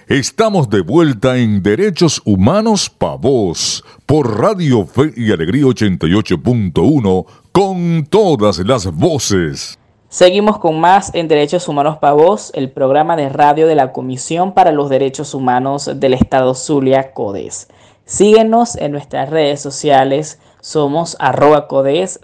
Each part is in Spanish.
Estamos de vuelta en Derechos Humanos Pa' Vos, por Radio Fe y Alegría 88.1, con todas las voces. Seguimos con más en Derechos Humanos Pa' Vos, el programa de radio de la Comisión para los Derechos Humanos del Estado Zulia, CODES. Síguenos en nuestras redes sociales, somos @CODES,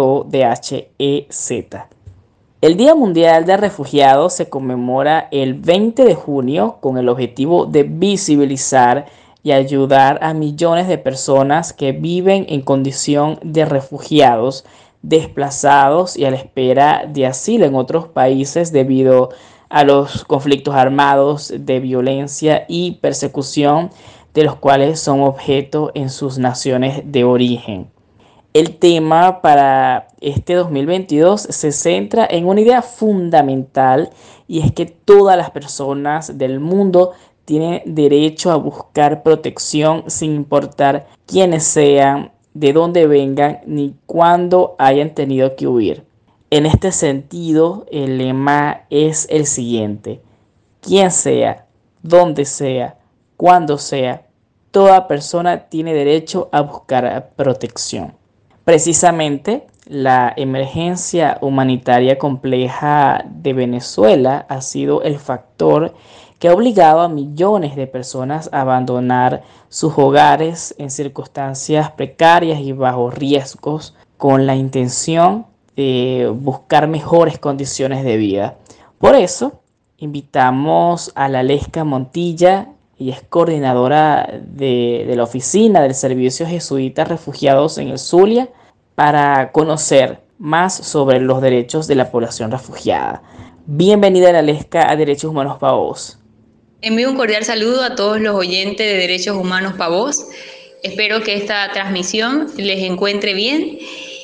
CODHEZ. El Día Mundial de Refugiados se conmemora el 20 de junio con el objetivo de visibilizar y ayudar a millones de personas que viven en condición de refugiados, desplazados y a la espera de asilo en otros países debido a los conflictos armados, de violencia y persecución de los cuales son objeto en sus naciones de origen. El tema para este 2022 se centra en una idea fundamental, y es que todas las personas del mundo tienen derecho a buscar protección sin importar quiénes sean, de dónde vengan ni cuándo hayan tenido que huir. En este sentido, el lema es el siguiente: quien sea, donde sea, cuando sea, toda persona tiene derecho a buscar protección. Precisamente, la emergencia humanitaria compleja de Venezuela ha sido el factor que ha obligado a millones de personas a abandonar sus hogares en circunstancias precarias y bajo riesgos, con la intención de buscar mejores condiciones de vida. Por eso, invitamos a Lalesca Montilla. Ella es coordinadora de la oficina del Servicio Jesuita Refugiados en el Zulia, para conocer más sobre los derechos de la población refugiada. Bienvenida, Lalesca, a Derechos Humanos Pa' Vos. Envío un cordial saludo a todos los oyentes de Derechos Humanos Pa' Vos. Espero que esta transmisión les encuentre bien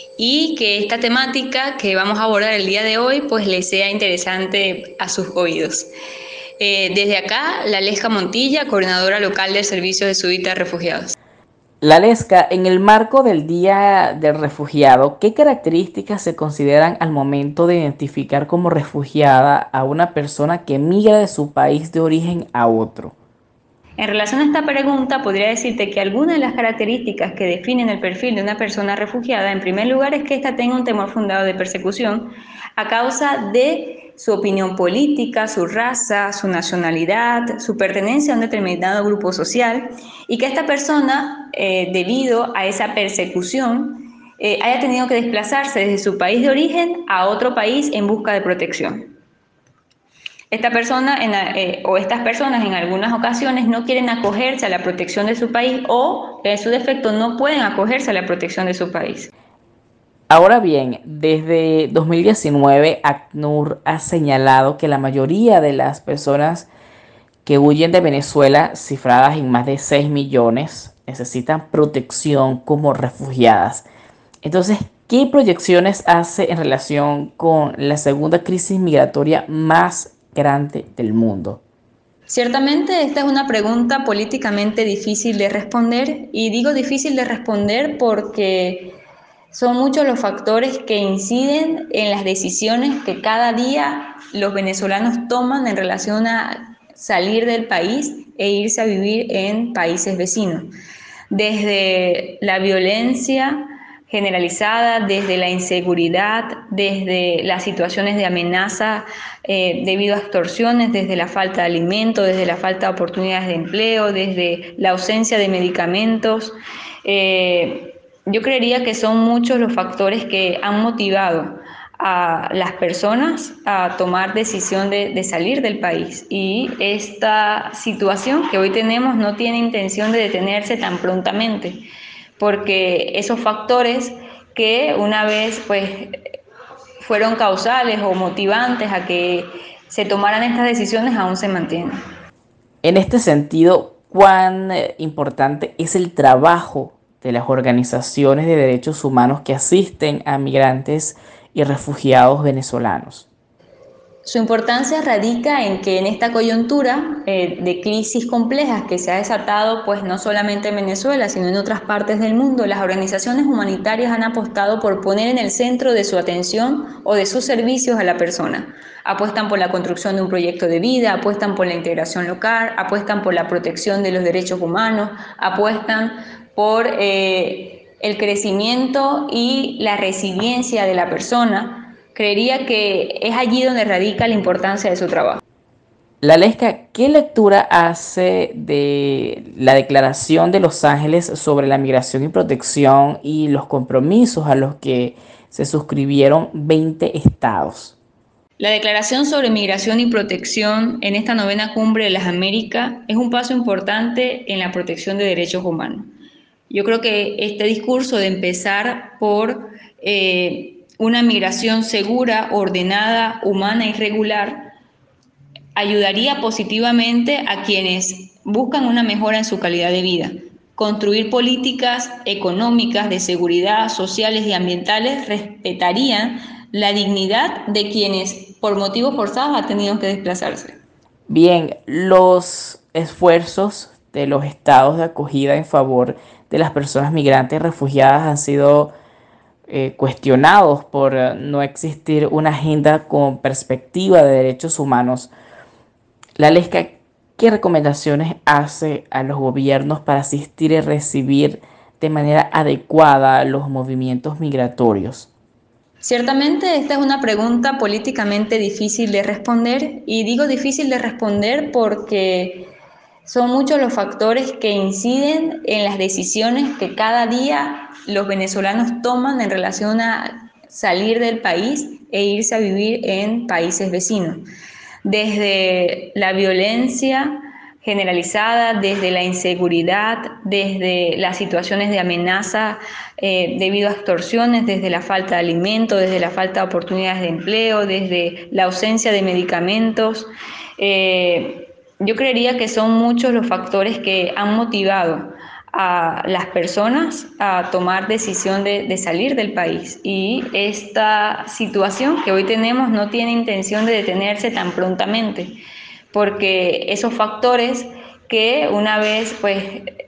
y que esta temática que vamos a abordar el día de hoy pues les sea interesante a sus oídos. Desde acá, Lalesca Montilla, coordinadora local del Servicio Jesuita Refugiados. Lalesca, en el marco del Día del Refugiado, ¿qué características se consideran al momento de identificar como refugiada a una persona que migra de su país de origen a otro? En relación a esta pregunta, podría decirte que algunas de las características que definen el perfil de una persona refugiada, en primer lugar, es que ésta tenga un temor fundado de persecución a causa de su opinión política, su raza, su nacionalidad, su pertenencia a un determinado grupo social, y que esta persona, debido a esa persecución, haya tenido que desplazarse desde su país de origen a otro país en busca de protección. Esta persona o estas personas en algunas ocasiones no quieren acogerse a la protección de su país, o en su defecto no pueden acogerse a la protección de su país. Ahora bien, desde 2019, ACNUR ha señalado que la mayoría de las personas que huyen de Venezuela, cifradas en más de 6 millones, necesitan protección como refugiadas. Entonces, ¿qué proyecciones hace en relación con la segunda crisis migratoria más grande del mundo? Ciertamente esta es una pregunta políticamente difícil de responder, y digo difícil de responder porque son muchos los factores que inciden en las decisiones que cada día los venezolanos toman en relación a salir del país e irse a vivir en países vecinos. Desde la violencia generalizada, desde la inseguridad, desde las situaciones de amenaza debido a extorsiones, desde la falta de alimento, desde la falta de oportunidades de empleo, desde la ausencia de medicamentos. Yo creería que son muchos los factores que han motivado a las personas a tomar decisión de salir del país, y esta situación que hoy tenemos no tiene intención de detenerse tan prontamente, porque esos factores que una vez pues fueron causales o motivantes a que se tomaran estas decisiones aún se mantienen. En este sentido, ¿cuán importante es el trabajo de las organizaciones de derechos humanos que asisten a migrantes y refugiados venezolanos? Su importancia radica en que en esta coyuntura de crisis complejas que se ha desatado pues no solamente en Venezuela, sino en otras partes del mundo, las organizaciones humanitarias han apostado por poner en el centro de su atención o de sus servicios a la persona. Apuestan por la construcción de un proyecto de vida, apuestan por la integración local, apuestan por la protección de los derechos humanos, apuestan por el crecimiento y la resiliencia de la persona. Creería que es allí donde radica la importancia de su trabajo. Lalesca, ¿qué lectura hace de la Declaración de Los Ángeles sobre la migración y protección y los compromisos a los que se suscribieron 20 estados? La Declaración sobre Migración y Protección en esta 9ª Cumbre de las Américas es un paso importante en la protección de derechos humanos. Yo creo que este discurso de empezar por una migración segura, ordenada, humana y regular ayudaría positivamente a quienes buscan una mejora en su calidad de vida. Construir políticas económicas, de seguridad, sociales y ambientales respetarían la dignidad de quienes por motivos forzados han tenido que desplazarse. Bien, los esfuerzos de los estados de acogida en favor de las personas migrantes refugiadas han sido cuestionados por no existir una agenda con perspectiva de derechos humanos. Lalesca, ¿qué recomendaciones hace a los gobiernos para asistir y recibir de manera adecuada los movimientos migratorios? Ciertamente esta es una pregunta políticamente difícil de responder, y digo difícil de responder porque son muchos los factores que inciden en las decisiones que cada día los venezolanos toman en relación a salir del país e irse a vivir en países vecinos. Desde la violencia generalizada, desde la inseguridad, desde las situaciones de amenaza debido a extorsiones, desde la falta de alimentos, desde la falta de oportunidades de empleo, desde la ausencia de medicamentos. Yo creería que son muchos los factores que han motivado a las personas a tomar decisión de salir del país, y esta situación que hoy tenemos no tiene intención de detenerse tan prontamente, porque esos factores que una vez pues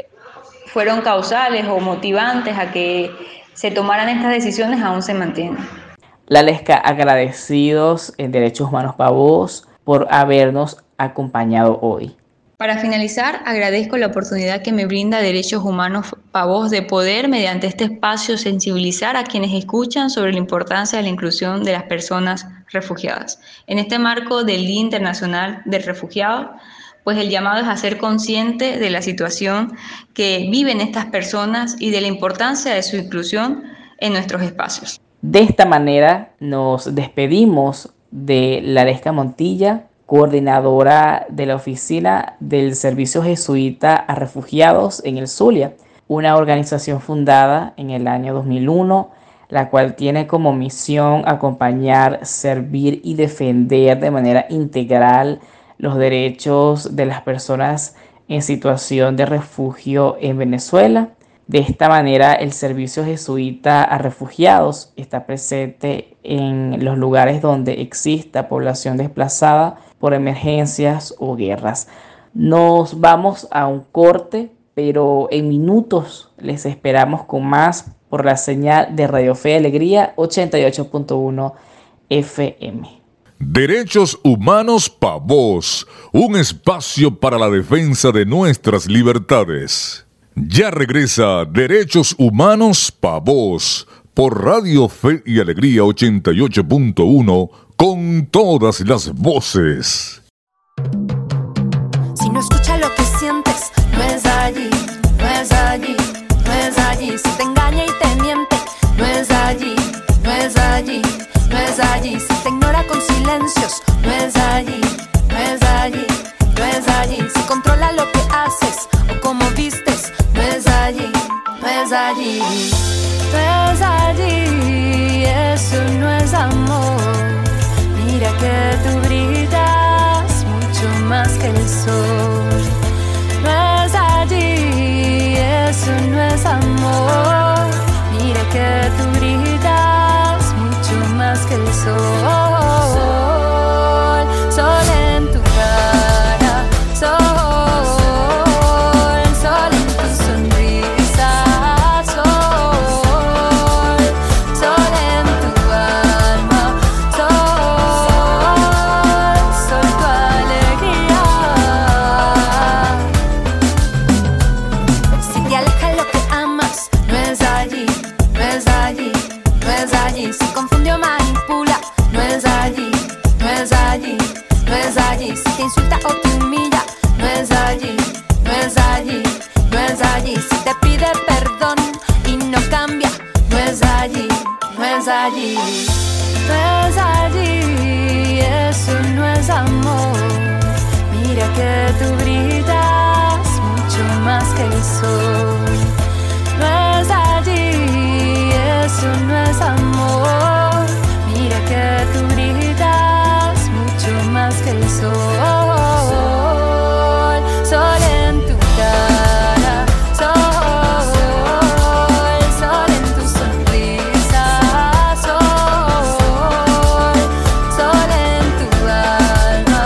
fueron causales o motivantes a que se tomaran estas decisiones aún se mantienen. Lalesca, agradecidos en Derechos Humanos Pavós por habernos acompañado hoy. Para finalizar, agradezco la oportunidad que me brinda Derechos Humanos Pavós de poder, mediante este espacio, sensibilizar a quienes escuchan sobre la importancia de la inclusión de las personas refugiadas. En este marco del Día Internacional del Refugiado, pues el llamado es a ser consciente de la situación que viven estas personas y de la importancia de su inclusión en nuestros espacios. De esta manera nos despedimos de Lalesca Montilla, coordinadora de la Oficina del Servicio Jesuita a Refugiados en el Zulia, una organización fundada en el año 2001, la cual tiene como misión acompañar, servir y defender de manera integral los derechos de las personas en situación de refugio en Venezuela. De esta manera, el Servicio Jesuita a Refugiados está presente en los lugares donde exista población desplazada por emergencias o guerras. Nos vamos a un corte, pero en minutos les esperamos con más por la señal de Radio Fe y Alegría 88.1 FM. Derechos Humanos Pavós, un espacio para la defensa de nuestras libertades. Ya regresa Derechos Humanos Pavós por Radio Fe y Alegría 88.1 con todas las voces. Si no escuchas lo que sientes, no es allí, no es allí, no es allí. Si te engaña y te miente, no es allí, no es allí, no es allí. Si te ignora con silencios, no es allí, no es allí, no es allí. Si controla lo que haces o cómo vistes, no es allí, no es allí, no es allí. Eso no es amor. Mira que tú brillas mucho más que el sol. No es allí, eso no es amor. Mira que tú brillas mucho más que el sol. el sol. No es allí, eso no es amor. Mira que tú brillas mucho más que el sol. Sol en tu cara, sol en tu sonrisa, sol en tu alma,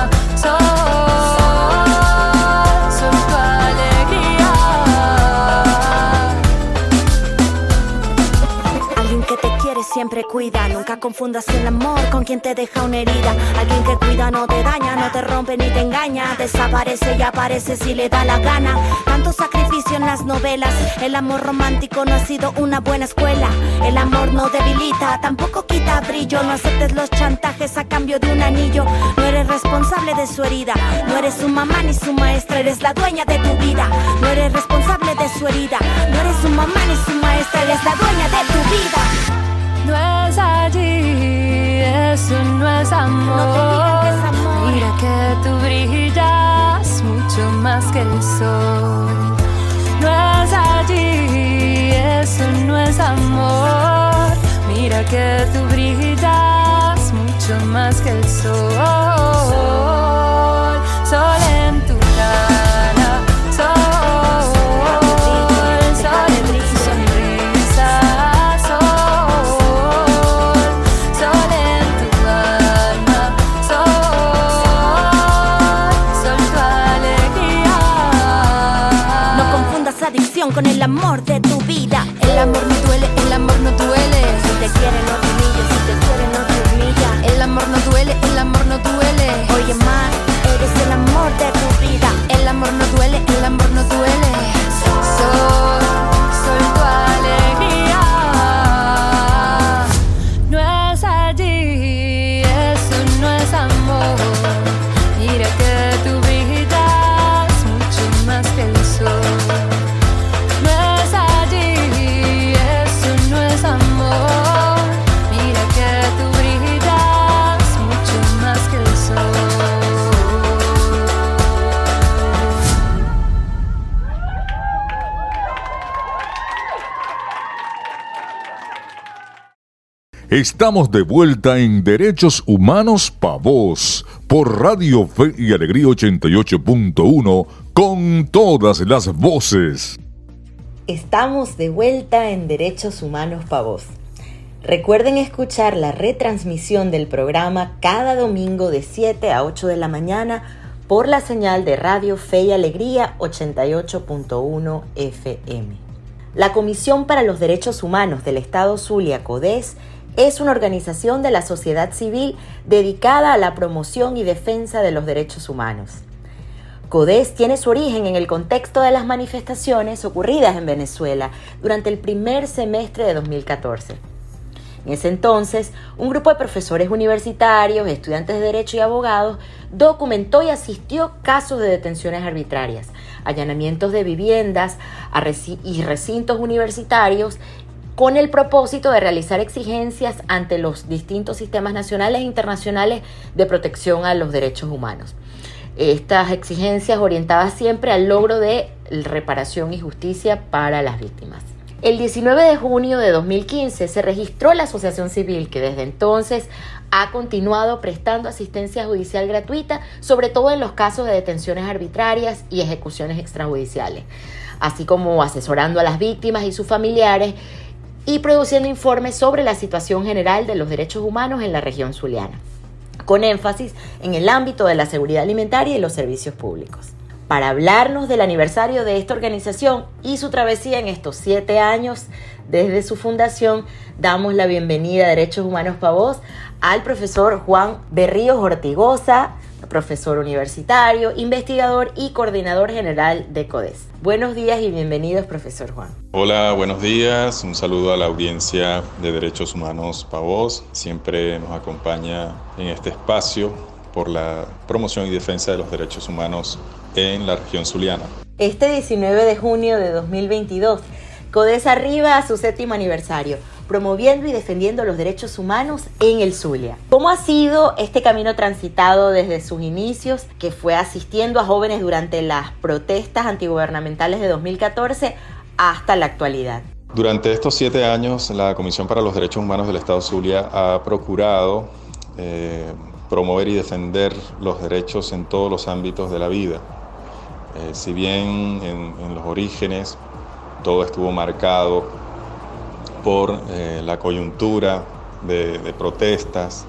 sol tu alegría. Alguien que te quiere siempre cuida, nunca confundas el amor con quien te deja una herida. Alguien que cuida no te daña, no te rompe ni te engaña, desaparece y aparece si le da la gana. Tanto sacrificio en las novelas, el amor romántico no ha sido una buena escuela. El amor no debilita, tampoco quita brillo. No aceptes los chantajes a cambio de un anillo. No eres responsable de su herida, no eres su mamá ni su maestra, eres la dueña de tu vida. No eres responsable de su herida, no eres su mamá ni su maestra, eres la dueña de tu vida. No es allí, eso no es amor. No te digan que es amor. Mira que tú brillas mucho más que el sol. No es allí, eso no es amor. Mira que tú brillas mucho más que el sol. Sol en tu cara, sol en tu sonrisa, sol en tu alma, sol tu alegría. No confundas adicción con el amor de tu vida. El amor no duele, el amor no duele. Si te quiere no te humilla, si te quiere no te humilla. El amor no duele, el amor no duele. Oye más, eres el amor de tu vida. El amor no duele, el amor no duele. Sol tu alegría. No es allí, eso no es amor. Mira que tú brillas mucho más que el sol. No es allí, eso no es amor. Mira que tú brillas mucho más que el sol. Estamos de vuelta en Derechos Humanos Pa' Vos, por Radio Fe y Alegría 88.1, con todas las voces. Estamos de vuelta en Derechos Humanos Pa' Vos. Recuerden escuchar la retransmisión del programa cada domingo de 7 a 8 de la mañana por la señal de Radio Fe y Alegría 88.1 FM. La Comisión para los Derechos Humanos del Estado Zulia, CODES, es una organización de la sociedad civil dedicada a la promoción y defensa de los derechos humanos. CODES tiene su origen en el contexto de las manifestaciones ocurridas en Venezuela durante el primer semestre de 2014. En ese entonces, un grupo de profesores universitarios, estudiantes de Derecho y abogados documentó y asistió casos de detenciones arbitrarias, allanamientos de viviendas y recintos universitarios con el propósito de realizar exigencias ante los distintos sistemas nacionales e internacionales de protección a los derechos humanos. Estas exigencias orientadas siempre al logro de reparación y justicia para las víctimas. El 19 de junio de 2015 se registró la asociación civil que desde entonces ha continuado prestando asistencia judicial gratuita, sobre todo en los casos de detenciones arbitrarias y ejecuciones extrajudiciales, así como asesorando a las víctimas y sus familiares y produciendo informes sobre la situación general de los derechos humanos en la región zuliana, con énfasis en el ámbito de la seguridad alimentaria y los servicios públicos. Para hablarnos del aniversario de esta organización y su travesía en estos 7 años desde su fundación, damos la bienvenida a Derechos Humanos Pa' Vos al profesor Juan Berríos Ortigosa, profesor universitario, investigador y coordinador general de CODES. Buenos días y bienvenidos, profesor Juan. Hola, buenos días. Un saludo a la audiencia de Derechos Humanos Pa' Vos. Siempre nos acompaña en este espacio por la promoción y defensa de los derechos humanos en la región zuliana. Este 19 de junio de 2022, CODES arriba a su 7º aniversario. promoviendo y defendiendo los derechos humanos en el Zulia. ¿Cómo ha sido este camino transitado desde sus inicios, que fue asistiendo a jóvenes durante las protestas antigubernamentales de 2014 hasta la actualidad? Durante estos 7 años, la Comisión para los Derechos Humanos del Estado Zulia ha procurado promover y defender los derechos en todos los ámbitos de la vida. Si bien en los orígenes todo estuvo marcado por la coyuntura de protestas,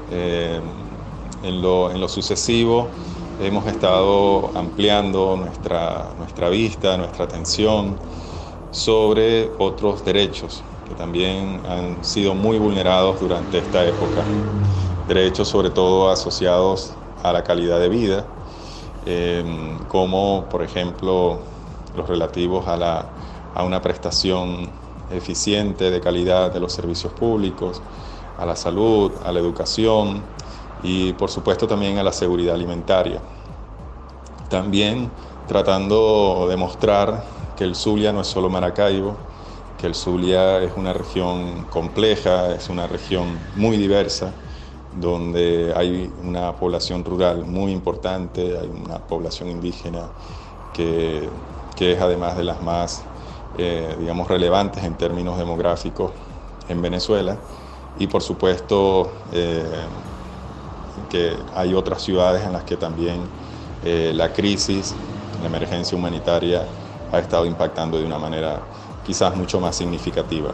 en lo sucesivo hemos estado ampliando nuestra vista, nuestra atención sobre otros derechos que también han sido muy vulnerados durante esta época. Derechos sobre todo asociados a la calidad de vida, como por ejemplo los relativos a una prestación eficiente de calidad de los servicios públicos, a la salud, a la educación y por supuesto también a la seguridad alimentaria. También tratando de mostrar que el Zulia no es solo Maracaibo, que el Zulia es una región compleja, es una región muy diversa, donde hay una población rural muy importante, hay una población indígena que es además de las más, relevantes en términos demográficos en Venezuela, y por supuesto que hay otras ciudades en las que también la crisis, la emergencia humanitaria ha estado impactando de una manera quizás mucho más significativa.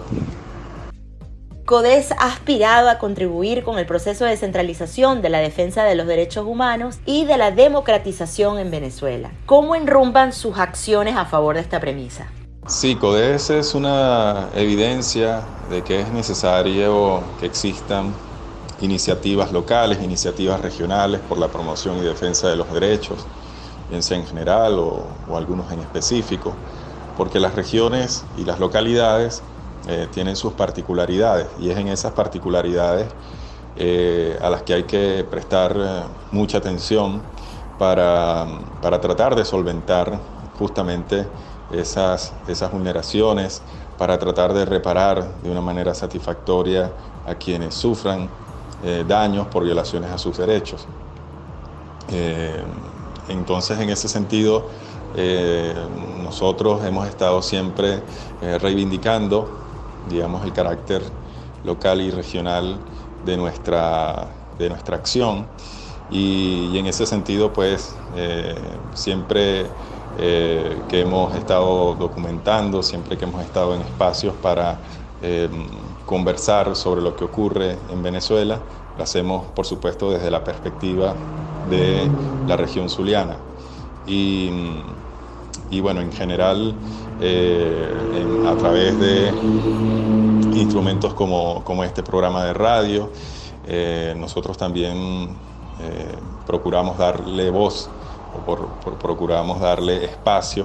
CODES ha aspirado a contribuir con el proceso de descentralización de la defensa de los derechos humanos y de la democratización en Venezuela. ¿Cómo enrumban sus acciones a favor de esta premisa? Sí, CODES es una evidencia de que es necesario que existan iniciativas locales, iniciativas regionales por la promoción y defensa de los derechos, bien sea en general o algunos en específico, porque las regiones y las localidades tienen sus particularidades y es en esas particularidades a las que hay que prestar mucha atención para tratar de solventar justamente esas vulneraciones, para tratar de reparar de una manera satisfactoria a quienes sufran daños por violaciones a sus derechos. Entonces, en ese sentido, nosotros hemos estado siempre reivindicando, digamos, el carácter local y regional de nuestra acción y en ese sentido, pues, siempre que hemos estado documentando, siempre que hemos estado en espacios para conversar sobre lo que ocurre en Venezuela, lo hacemos, por supuesto, desde la perspectiva de la región zuliana. Y bueno, en general, a través de instrumentos como este programa de radio, nosotros también procuramos darle voz o procuramos darle espacio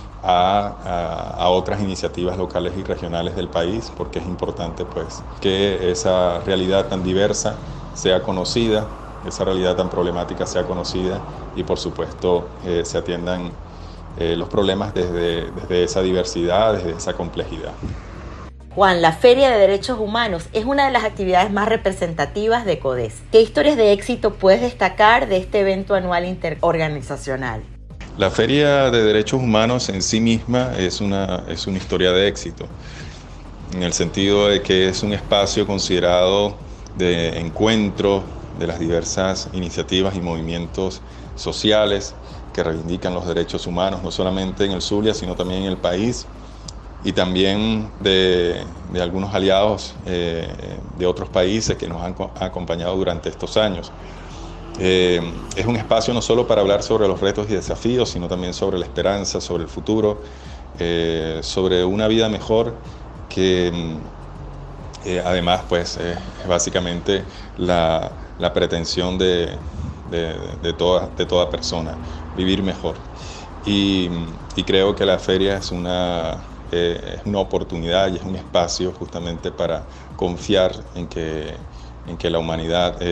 a otras iniciativas locales y regionales del país, porque es importante, pues, que esa realidad tan diversa sea conocida, esa realidad tan problemática sea conocida y, por supuesto, se atiendan los problemas desde esa diversidad, desde esa complejidad. Juan, la Feria de Derechos Humanos es una de las actividades más representativas de CODES. ¿Qué historias de éxito puedes destacar de este evento anual interorganizacional? La Feria de Derechos Humanos en sí misma es una historia de éxito, en el sentido de que es un espacio considerado de encuentro de las diversas iniciativas y movimientos sociales que reivindican los derechos humanos, no solamente en el Zulia, sino también en el país, y también de algunos aliados de otros países que nos han acompañado durante estos años. Es un espacio no solo para hablar sobre los retos y desafíos, sino también sobre la esperanza, sobre el futuro, sobre una vida mejor que además, pues, es básicamente la pretensión de toda persona, vivir mejor. Y creo que la feria es una oportunidad y es un espacio justamente para confiar en que la humanidad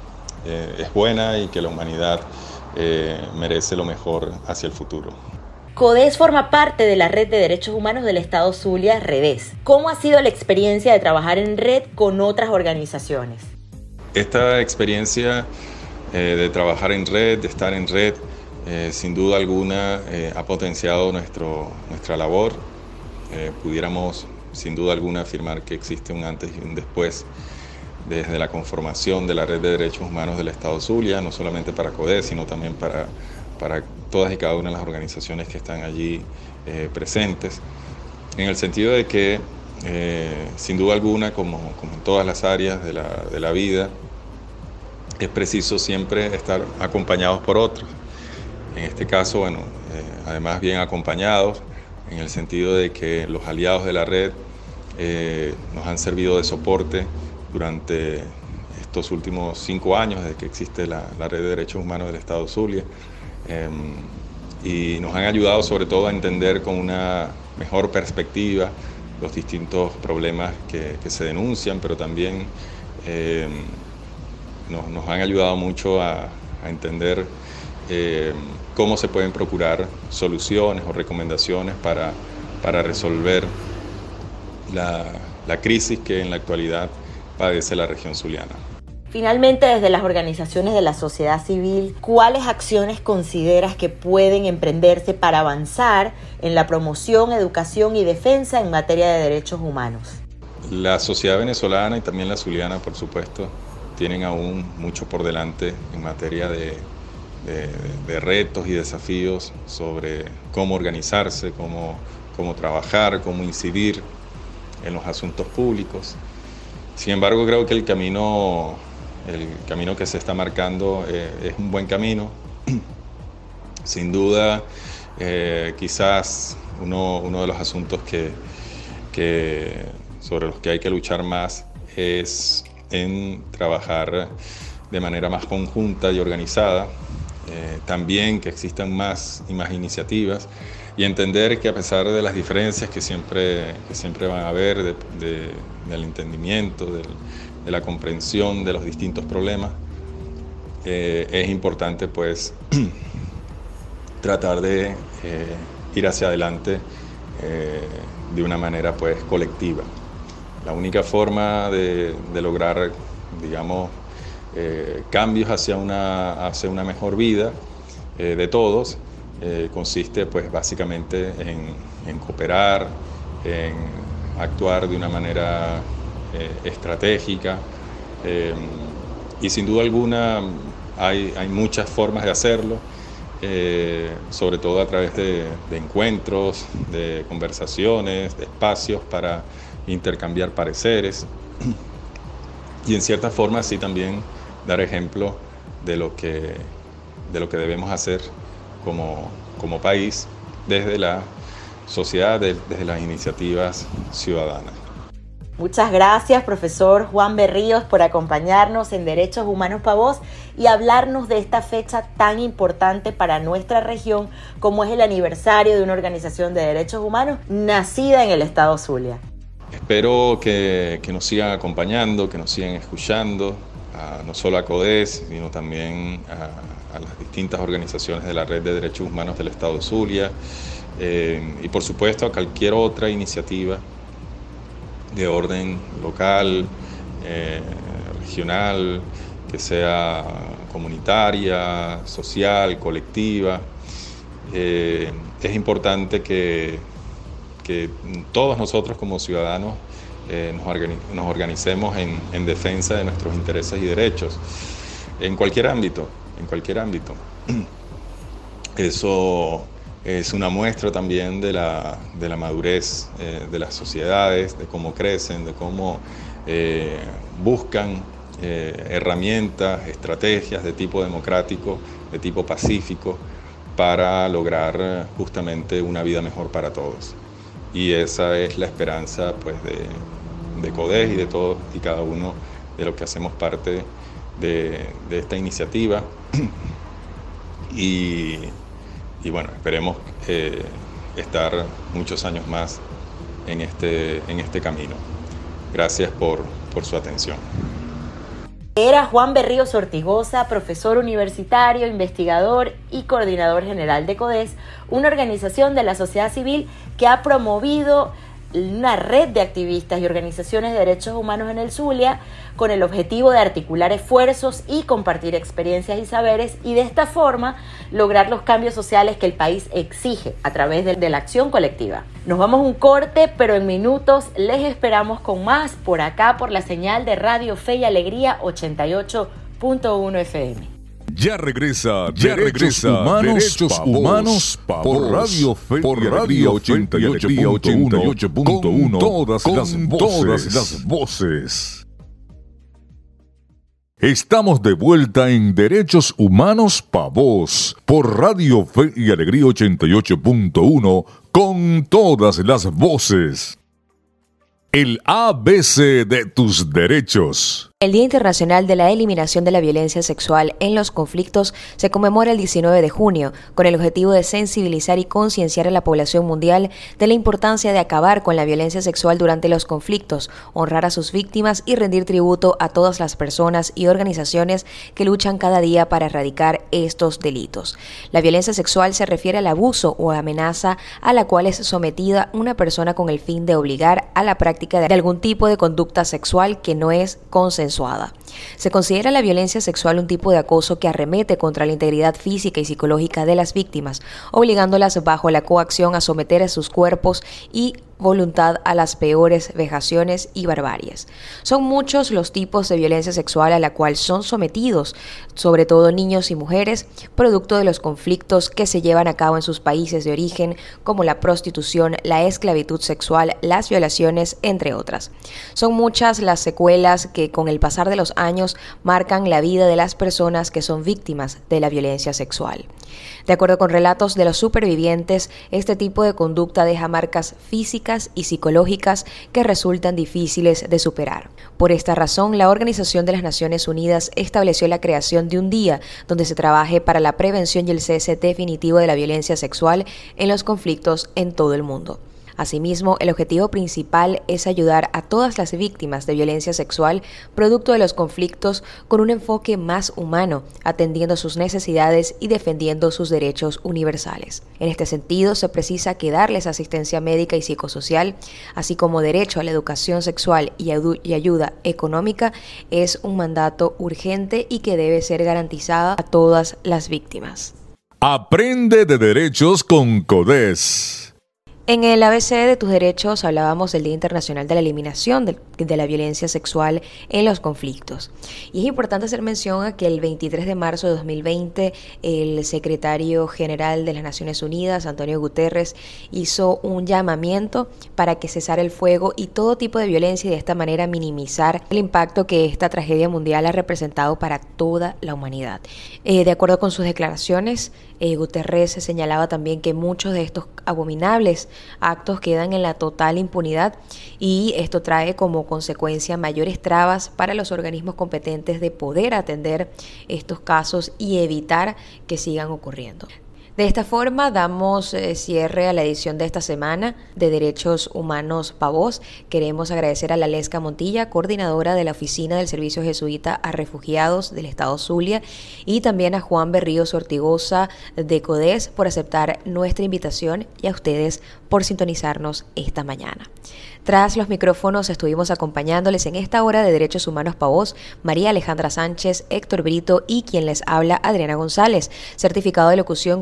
es buena y que la humanidad merece lo mejor hacia el futuro. CODES forma parte de la Red de Derechos Humanos del Estado Zulia, REDES. ¿Cómo ha sido la experiencia de trabajar en red con otras organizaciones? Esta experiencia de trabajar en red, de estar en red, sin duda alguna ha potenciado nuestra labor. Pudiéramos sin duda alguna afirmar que existe un antes y un después desde la conformación de la Red de Derechos Humanos del Estado Zulia, no solamente para CODES, sino también para todas y cada una de las organizaciones que están allí presentes, en el sentido de que, sin duda alguna, como en todas las áreas de la vida, es preciso siempre estar acompañados por otros. En este caso, bueno, además bien acompañados, en el sentido de que los aliados de la red nos han servido de soporte durante estos últimos 5 años, desde que existe la Red de Derechos Humanos del Estado Zulia, y nos han ayudado sobre todo a entender con una mejor perspectiva los distintos problemas que se denuncian, pero también nos han ayudado mucho a entender cómo se pueden procurar soluciones o recomendaciones para resolver la crisis que en la actualidad padece la región zuliana. Finalmente, desde las organizaciones de la sociedad civil, ¿cuáles acciones consideras que pueden emprenderse para avanzar en la promoción, educación y defensa en materia de derechos humanos? La sociedad venezolana y también la zuliana, por supuesto, tienen aún mucho por delante en materia de retos y desafíos sobre cómo organizarse, cómo trabajar, cómo incidir en los asuntos públicos. Sin embargo, creo que el camino que se está marcando es un buen camino. Sin duda, quizás uno de los asuntos sobre los que hay que luchar más es en trabajar de manera más conjunta y organizada, también que existan más iniciativas y entender que a pesar de las diferencias que siempre van a haber del entendimiento, de la comprensión de los distintos problemas, es importante pues tratar de ir hacia adelante de una manera pues colectiva. La única forma de lograr, digamos, cambios hacia una mejor vida de todos consiste pues básicamente en cooperar, en actuar de una manera estratégica, y sin duda alguna hay muchas formas de hacerlo, sobre todo a través de encuentros, de conversaciones, de espacios para intercambiar pareceres y en cierta forma así también dar ejemplo de lo que debemos hacer como país desde la sociedad, desde las iniciativas ciudadanas. Muchas gracias, profesor Juan Berríos, por acompañarnos en Derechos Humanos para Vos y hablarnos de esta fecha tan importante para nuestra región como es el aniversario de una organización de derechos humanos nacida en el estado Zulia. Espero que nos sigan acompañando, que nos sigan escuchando, no solo a CODES, sino también a las distintas organizaciones de la Red de Derechos Humanos del Estado Zulia, y por supuesto a cualquier otra iniciativa de orden local, regional, que sea comunitaria, social, colectiva. Es importante que todos nosotros como ciudadanos nos organicemos en defensa de nuestros intereses y derechos, en cualquier ámbito. Eso es una muestra también de la madurez de las sociedades, de cómo crecen, de cómo buscan herramientas, estrategias de tipo democrático, de tipo pacífico, para lograr justamente una vida mejor para todos. Y esa es la esperanza pues, de CODES y de todos y cada uno de los que hacemos parte de esta iniciativa. Y bueno, esperemos estar muchos años más en este camino. Gracias por su atención. Era Juan Berríos Ortigosa, profesor universitario, investigador y coordinador general de CODES, una organización de la sociedad civil que ha promovido una red de activistas y organizaciones de derechos humanos en el Zulia con el objetivo de articular esfuerzos y compartir experiencias y saberes y de esta forma lograr los cambios sociales que el país exige a través de la acción colectiva. Nos vamos a un corte, pero en minutos les esperamos con más por acá por la señal de Radio Fe y Alegría 88.1 FM. Ya regresa Derechos Humanos Pavos, por Radio Fe y Alegría 88.1 con todas las voces. Estamos de vuelta en Derechos Humanos Pavos, por Radio Fe y Alegría 88.1 con todas las voces. El ABC de tus derechos. El Día Internacional de la Eliminación de la Violencia Sexual en los Conflictos se conmemora el 19 de junio, con el objetivo de sensibilizar y concienciar a la población mundial de la importancia de acabar con la violencia sexual durante los conflictos, honrar a sus víctimas y rendir tributo a todas las personas y organizaciones que luchan cada día para erradicar estos delitos. La violencia sexual se refiere al abuso o amenaza a la cual es sometida una persona con el fin de obligar a la práctica de algún tipo de conducta sexual que no es consensuada. Se considera la violencia sexual un tipo de acoso que arremete contra la integridad física y psicológica de las víctimas, obligándolas bajo la coacción a someter a sus cuerpos y voluntad a las peores vejaciones y barbaries. Son muchos los tipos de violencia sexual a la cual son sometidos, sobre todo niños y mujeres, producto de los conflictos que se llevan a cabo en sus países de origen, como la prostitución, la esclavitud sexual, las violaciones, entre otras. Son muchas las secuelas que con el pasar de los años marcan la vida de las personas que son víctimas de la violencia sexual. De acuerdo con relatos de los supervivientes, este tipo de conducta deja marcas físicas y psicológicas que resultan difíciles de superar. Por esta razón, la Organización de las Naciones Unidas estableció la creación de un día donde se trabaje para la prevención y el cese definitivo de la violencia sexual en los conflictos en todo el mundo. Asimismo, el objetivo principal es ayudar a todas las víctimas de violencia sexual producto de los conflictos con un enfoque más humano, atendiendo sus necesidades y defendiendo sus derechos universales. En este sentido, se precisa que darles asistencia médica y psicosocial, así como derecho a la educación sexual y ayuda económica, es un mandato urgente y que debe ser garantizada a todas las víctimas. Aprende de derechos con CODES. En el ABC de tus derechos hablábamos del Día Internacional de la Eliminación de la Violencia Sexual en los Conflictos. Y es importante hacer mención a que el 23 de marzo de 2020 el secretario general de las Naciones Unidas, Antonio Guterres, hizo un llamamiento para que cesara el fuego y todo tipo de violencia y de esta manera minimizar el impacto que esta tragedia mundial ha representado para toda la humanidad. De acuerdo con sus declaraciones, Guterres señalaba también que muchos de estos abominables actos quedan en la total impunidad y esto trae como consecuencia mayores trabas para los organismos competentes de poder atender estos casos y evitar que sigan ocurriendo. De esta forma damos cierre a la edición de esta semana de Derechos Humanos Pavos. Queremos agradecer a Lalesca Montilla, coordinadora de la Oficina del Servicio Jesuita a Refugiados del Estado Zulia, y también a Juan Berríos Ortigosa de CODES por aceptar nuestra invitación y a ustedes por sintonizarnos esta mañana. Tras los micrófonos estuvimos acompañándoles en esta hora de Derechos Humanos Pavos, María Alejandra Sánchez, Héctor Brito y quien les habla, Adriana González, certificado de locución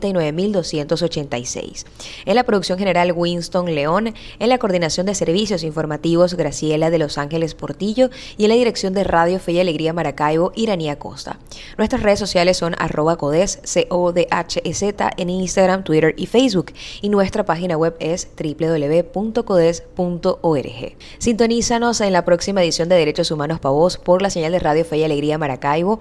49.286. En la producción general, Winston León, en la coordinación de servicios informativos, Graciela de Los Ángeles Portillo, y en la dirección de Radio Fe y Alegría Maracaibo, Iranía Costa. Nuestras redes sociales son @CODES, CODHEZ, en Instagram, Twitter y Facebook, y nuestra página web es www.codes.org. Sintonízanos en la próxima edición de Derechos Humanos Pavos por la señal de Radio Fe y Alegría Maracaibo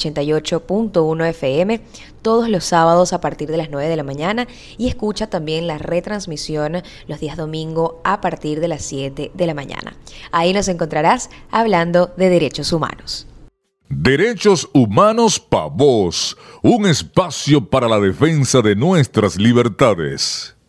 88.1 FM todos los sábados a partir de las 9 de la mañana y escucha también la retransmisión los días domingo a partir de las 7 de la mañana. Ahí nos encontrarás hablando de derechos humanos. Derechos Humanos Pavos, un espacio para la defensa de nuestras libertades.